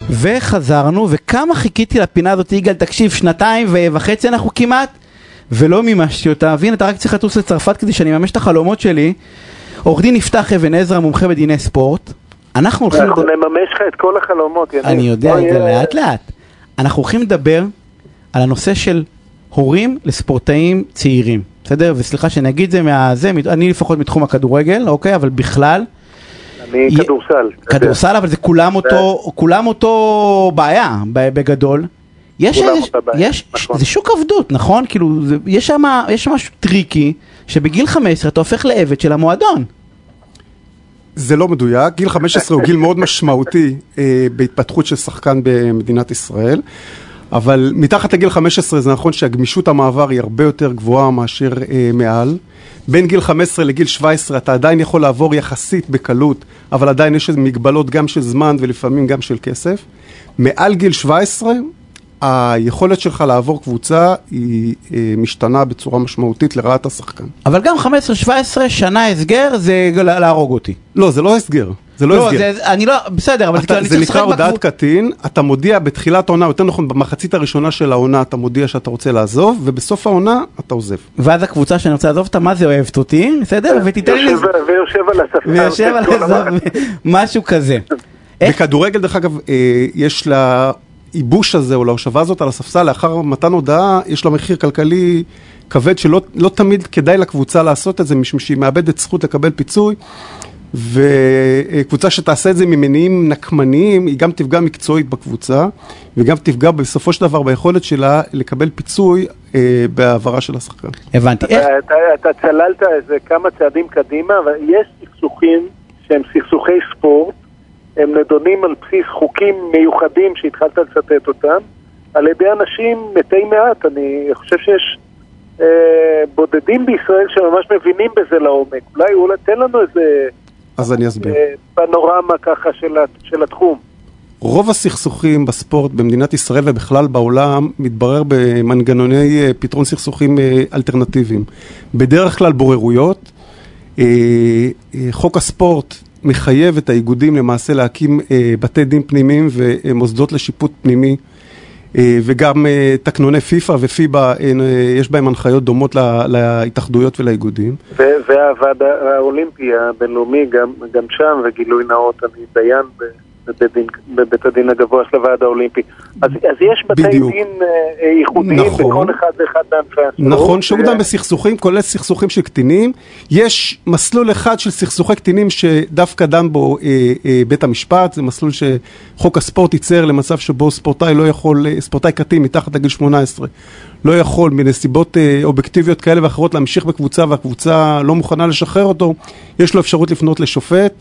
וחזרנו, וכמה חיכיתי לפינה הזאת, יגאל, תקשיב, 2.5 אנחנו כמעט, ולא מימשתי אותה. והנה, אתה רק צריך לטוס לצרפת כדי שאני ממש את החלומות שלי. עורך דין יפתח אבן עזרא, מומחה בדיני ספורט. אנחנו נממש לך את כל החלומות. אני יודע, לאט לאט. אנחנו הולכים לדבר על הנושא של הורים לספורטאים צעירים. בסדר? וסליחה שאני אגיד זה אני לפחות מתחום הכדורגל, אוקיי? אבל בכלל אני כדורסל, אבל זה כולם אותו בעיה בגדול. זה שוק עבדות, נכון? כאילו, יש שם משהו טריקי, שבגיל 15 אתה הופך לעבד של המועדון. זה לא מדויק. גיל 15 הוא גיל מאוד משמעותי בהתפתחות של שחקן במדינת ישראל, אבל מתחת לגיל 15 זה נכון שהגמישות המעבר היא הרבה יותר גבוהה מאשר מעל. בין גיל 15 לגיל 17 אתה עדיין יכול לעבור יחסית בקלות, אבל עדיין יש מגבלות גם של זמן ולפעמים גם של כסף. מעל גיל 17 היכולת שלך לעבור קבוצה היא משתנה בצורה משמעותית לרעת השחקן. אבל גם 15-17 שנה הסגר זה להרוג אותי. לא, זה לא הסגר. זה לא הסגר. אני לא, בסדר, אבל זה נקרא הודעת קטין, אתה מודיע בתחילת העונה, יותר נכון במחצית הראשונה של העונה, אתה מודיע שאתה רוצה לעזוב, ובסוף העונה אתה עוזב. ואז הקבוצה שאני רוצה לעזוב אותה, מה זה אוהבת אותי? בסדר? ותיתן לי... ויושב על הספסל. משהו כזה. בכדורגל, דרך אגב, יש לה... איבוש הזה או להושבה הזאת על הספסל לאחר מתן הודעה, יש לה מחיר כלכלי כבד שלא תמיד כדאי לקבוצה לעשות את זה, משום שהיא מאבדת זכות לקבל פיצוי, וקבוצה שתעשה את זה ממניעים נקמניים, היא גם תפגע מקצועית בקבוצה, וגם תפגע בסופו של דבר ביכולת שלה לקבל פיצוי בעברה של השחקן. הבנתי. אתה צללת איזה כמה צעדים קדימה, אבל יש סכסוכים שהם סכסוכי ספורט, הם נדונים על בסיס חוקים מיוחדים שהתחלת לצטט אותם, על ידי אנשים מתי מעט. אני חושב שיש בודדים בישראל שממש מבינים בזה לעומק. אולי תן לנו איזה... אז אני אסביר. פנורמה ככה של התחום. רוב הסכסוכים בספורט במדינת ישראל ובכלל בעולם מתברר במנגנוני פתרון סכסוכים אלטרנטיביים. בדרך כלל בוררויות. חוק הספורט מחייב את האיגודים למעשה להקים בתי דין פנימיים ומוסדות לשיפוט פנימי, וגם תקנוני פיפה ופיבה יש בהם הנחיות דומות להתאחדויות ולאיגודים. והוועד האולימפי הבינלאומי גם שם, וגילוי נאות, אני דיין בבית הדין הגבוה של הוועד האולימפי. אז יש בתי דין ייחודיים בכל אחד ואחד בענפי הספורט. נכון, שהוא גם בסכסוכים, כולל סכסוכים של קטינים. יש מסלול אחד של סכסוכי קטינים שדווקא דן בו בית המשפט, זה מסלול שחוק הספורט ייצר למצב שבו ספורטאי לא יכול, ספורטאי קטין מתחת לגיל 18, לא יכול מנסיבות אובייקטיביות כאלה ואחרות להמשיך בקבוצה, והקבוצה לא מוכנה לשחרר אותו, יש לו אפשרות לפנות לשופט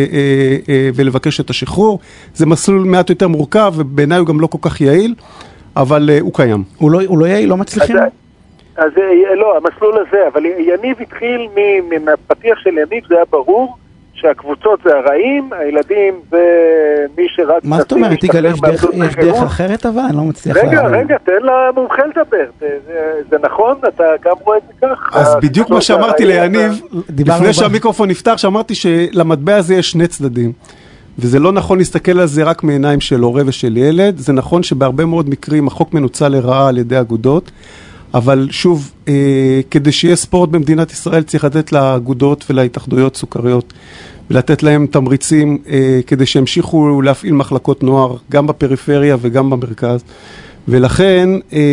ולבקש את השחרור. זה מסלול מעט יותר מורכב, ובעיניי הוא גם לא כל כך יעיל, אבל הוא קיים. הוא לא יעיל, לא מצליחים? אז לא, המסלול הזה, אבל יניב התחיל מן הפתיח של יניב, זה היה ברור שהקבוצות זה הרעים, הילדים זה מי שרק... מה זאת אומרת? יגאל, יש דרך אחרת אבל? אני לא מצליח... רגע, תן למומחה לדבר. זה נכון? אתה גם רואה את זה כך? אז בדיוק מה שאמרתי ליניב, לפני שהמיקרופון נפתח, שאמרתי שלמטבע הזה יש שני צדדים. וזה לא נכון להסתכל על זה רק מעיניים של הורה ושל ילד. זה נכון שבהרבה מאוד מקרים החוק מנוצל לרעה על ידי אגודות, אבל שוב, כדי שיהיה ספורט במדינת ישראל צריך לתת לאגודות ולהתאחדויות סוכריות, ולתת להם תמריצים כדי שימשיכו להפעיל מחלקות נוער, גם בפריפריה וגם במרכז. ולכן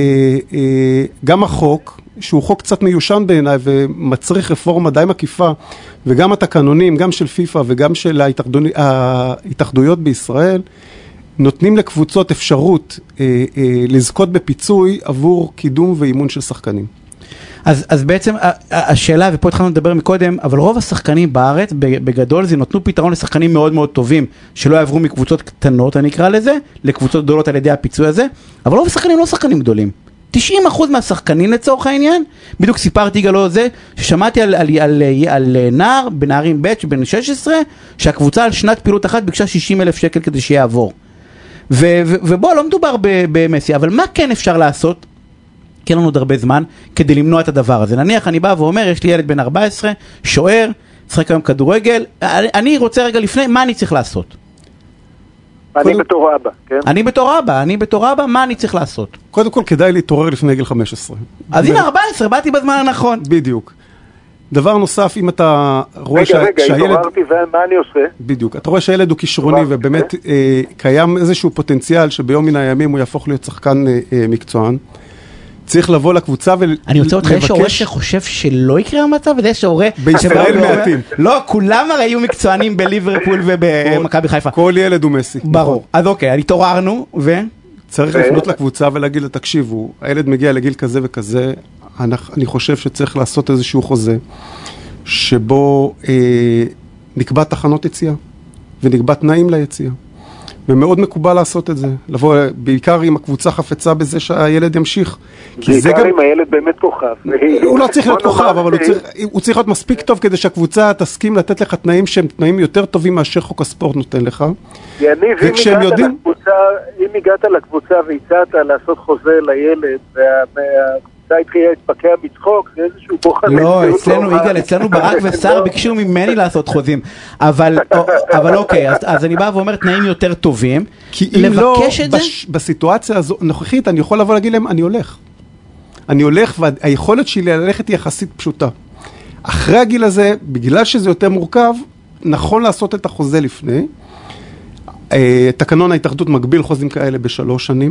גם החוק, שהוא חוק קצת מיושן בעיניי ומצריך רפורמה די מקיפה, וגם התקנונים, גם של פיפה וגם של ההתאחדויות בישראל, נותנים לקבוצות אפשרות לזכות בפיצוי עבור קידום ואימון של שחקנים. אז בעצם השאלה, ופה התחלנו לדבר מקודם, אבל רוב השחקנים בארץ, בגדול, זה נותנו פתרון לשחקנים מאוד מאוד טובים, שלא יעברו מקבוצות קטנות, אני אקרא לזה, לקבוצות גדולות על ידי הפיצוי הזה, אבל רוב השחקנים לא שחקנים גדולים. 90% מהשחקנים לצורך העניין, בדיוק סיפרתי גלו זה, ששמעתי על נער, בנערים ב' בן 16, שהקבוצה על שנת פעילות אחת ביקשה 60,000 שקל כדי שיעבור. ובוא, לא מדובר במסי, אבל מה כן אפשר לעשות? כי אין לנו עוד הרבה זמן כדי למנוע את הדבר הזה. נניח אני בא ואומר, יש לי ילד בן 14, שוער, שחק היום כדורגל, אני רוצה רגע לפני, מה אני צריך לעשות? אני בתור אבא, כן? אני בתור אבא, מה אני צריך לעשות? קודם כל כדאי להתעורר לפני גיל 15. אז הנה 14, באתי בזמן הנכון. בדיוק. דבר נוסף, אם אתה רואה שהילד... רגע, התעוררתי ומה אני עושה? בדיוק. אתה רואה שהילד הוא כישרוני ובאמת קיים איזשהו פוטנציאל שביום מן הימים הוא יהפוך להיות שחקן מקצוען. צריך לבוא לקבוצה ולבקש... אני רוצה אותך, יש הורה שחושב שלא יקרה המצב, וזה יש הורה... בישראל מעטים. לא, כולם הרי היו מקצוענים בליברפול ובמכבי חיפה. כל ילד הוא מסי. ברור. אז אוקיי, התעוררנו, ו... צריך לפנות לקבוצה ולהגיד לה, תקשיבו, הילד מגיע לגיל כזה וכזה, אני חושב שצריך לעשות איזשהו חוזה, שבו נקבע תחנות יציאה, ונקבע תנאים ליציאה. ומאוד מקובל לעשות את זה. לבוא בעיקר עם הקבוצה חפצה בזה שהילד ימשיך. בעיקר אם הילד באמת כוכב. הוא לא צריך להיות כוכב, אבל הוא צריך להיות מספיק טוב כדי שהקבוצה תסכים לתת לך תנאים שהם תנאים יותר טובים מאשר חוק הספורט נותן לך. יניב, אם הגעת לקבוצה והצעת לעשות חוזה לילד, והקבוצה התחילה להתפקע מצחוק, זה איזשהו בוחן. לא, אצלנו ברק ושר ביקשו ממני לעשות חוזים. אבל אוקיי, אז אני בא ואומר תנאים יותר טובים. כי אם לא, בסיטואציה הזו נוכחית, אני יכול לבוא להגיד להם, אני הולך, והיכולת שלי ללכת היא יחסית פשוטה. אחרי הגיל הזה, בגלל שזה יותר מורכב, נכון לעשות את החוזה לפני. תקנון ההתאחדות מגביל חוזים כאלה ב3 שנים.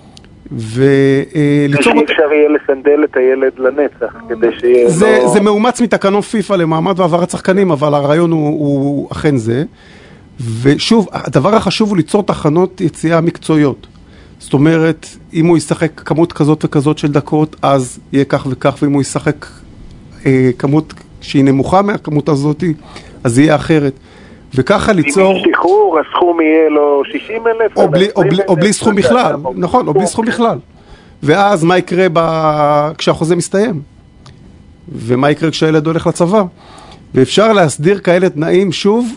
שאפשר יהיה לסנדל את הילד לנצח, כדי שיהיה... זה מאומץ מתקנון פיפה למעמד והעברת שחקנים, אבל הרעיון הוא אכן זה. ושוב, הדבר החשוב הוא ליצור תחנות יציאה מקצועיות. זאת אומרת, אם הוא ישחק כמות כזאת וכזאת של דקות, אז יהיה כך וכך, ואם הוא ישחק כמות שהיא נמוכה מהכמות הזאת, אז יהיה אחרת. וככה ליצור... עם שחרור, הסכום יהיה לו 60,000? או בלי סכום בכלל, נכון, או בלי סכום בכלל. ואז מה יקרה כשהחוזה מסתיים? ומה יקרה כשהילד הולך לצבא? ואפשר להסדיר כאלה תנאים שוב,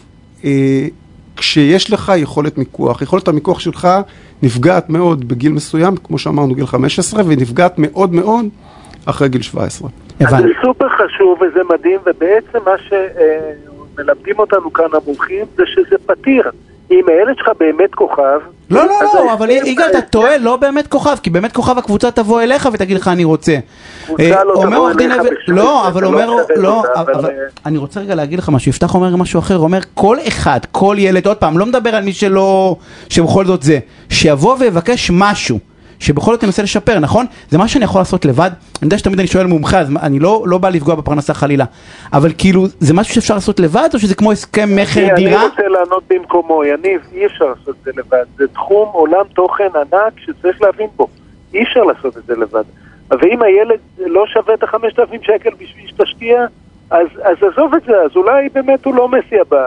כשיש לך יכולת מיקוח. יכולת המיקוח שלך נפגעת מאוד בגיל מסוים, כמו שאמרנו, גיל 15, ונפגעת מאוד מאוד אחרי גיל 17. זה סופר חשוב וזה מדהים, ובעצם מה שמלמדים אותנו כאן המומחים, זה שזה פתיר. אם הילד שלך באמת כוכב... לא, אבל יגאל, אתה טועה, לא באמת כוכב, כי באמת כוכב הקבוצה תבוא אליך ותגיד לך, אני רוצה. אומר עורך דין אבן, לא, אבל אומר, לא, אני רוצה רגע להגיד לך משהו, יפתח אומר משהו אחר, אומר כל אחד, כל ילד, עוד פעם, לא מדבר על מי שלא, שבכל זאת זה, שיבוא ויבקש משהו, שבכל זאת ננסה לשפר, נכון? זה מה שאני יכול לעשות לבד. אני יודע שתמיד אני שואל מומחה, אז אני לא בא לפגוע בפרנסה חלילה. אבל כאילו, זה משהו שאפשר לעשות לבד, או שזה כמו הסכם מחר דירה? אני רוצה לענות במקומו, יניב, אי אפשר לעשות את זה לבד. זה תחום עולם תוכן ענק שצריך להבין בו. אי אפשר לעשות את זה לבד. ואם הילד לא שווה את 5,000 שקל בשביל שתשקיע, אז עזוב את זה, אז אולי באמת הוא לא מסי הבא.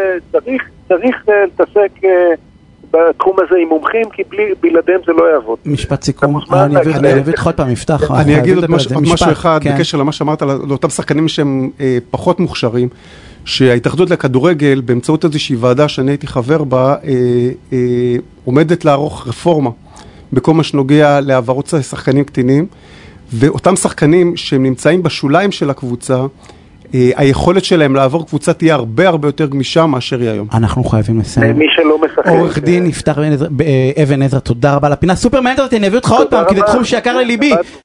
צריך להתעסק... בתחום הזה עם מומחים, כי בלעדיהם זה לא יעבוד. משפט סיכום, אני אביא אותך עוד פעם, יפתח. אני אגיד עוד משהו אחד, בקשר למה שאמרת, לאותם שחקנים שהם פחות מוכשרים, שההתאחדות לכדורגל, באמצעות איזושהי ועדה שאני הייתי חבר בה, עומדת לערוך רפורמה, בכל מה שנוגע להעברות שחקנים קטינים, ואותם שחקנים שהם נמצאים בשוליים של הקבוצה, היכולת שלהם לעבור קבוצה תהיה הרבה יותר גמישה מאשר היא היום. אנחנו חייבים לסיים. מי שלא משחק. עורך דין יפתח אבן עזרא, תודה רבה לפינה. סופר מעניינת אותי, אני אביא אותך עוד פעם, כי זה תחום שיקר לליבי.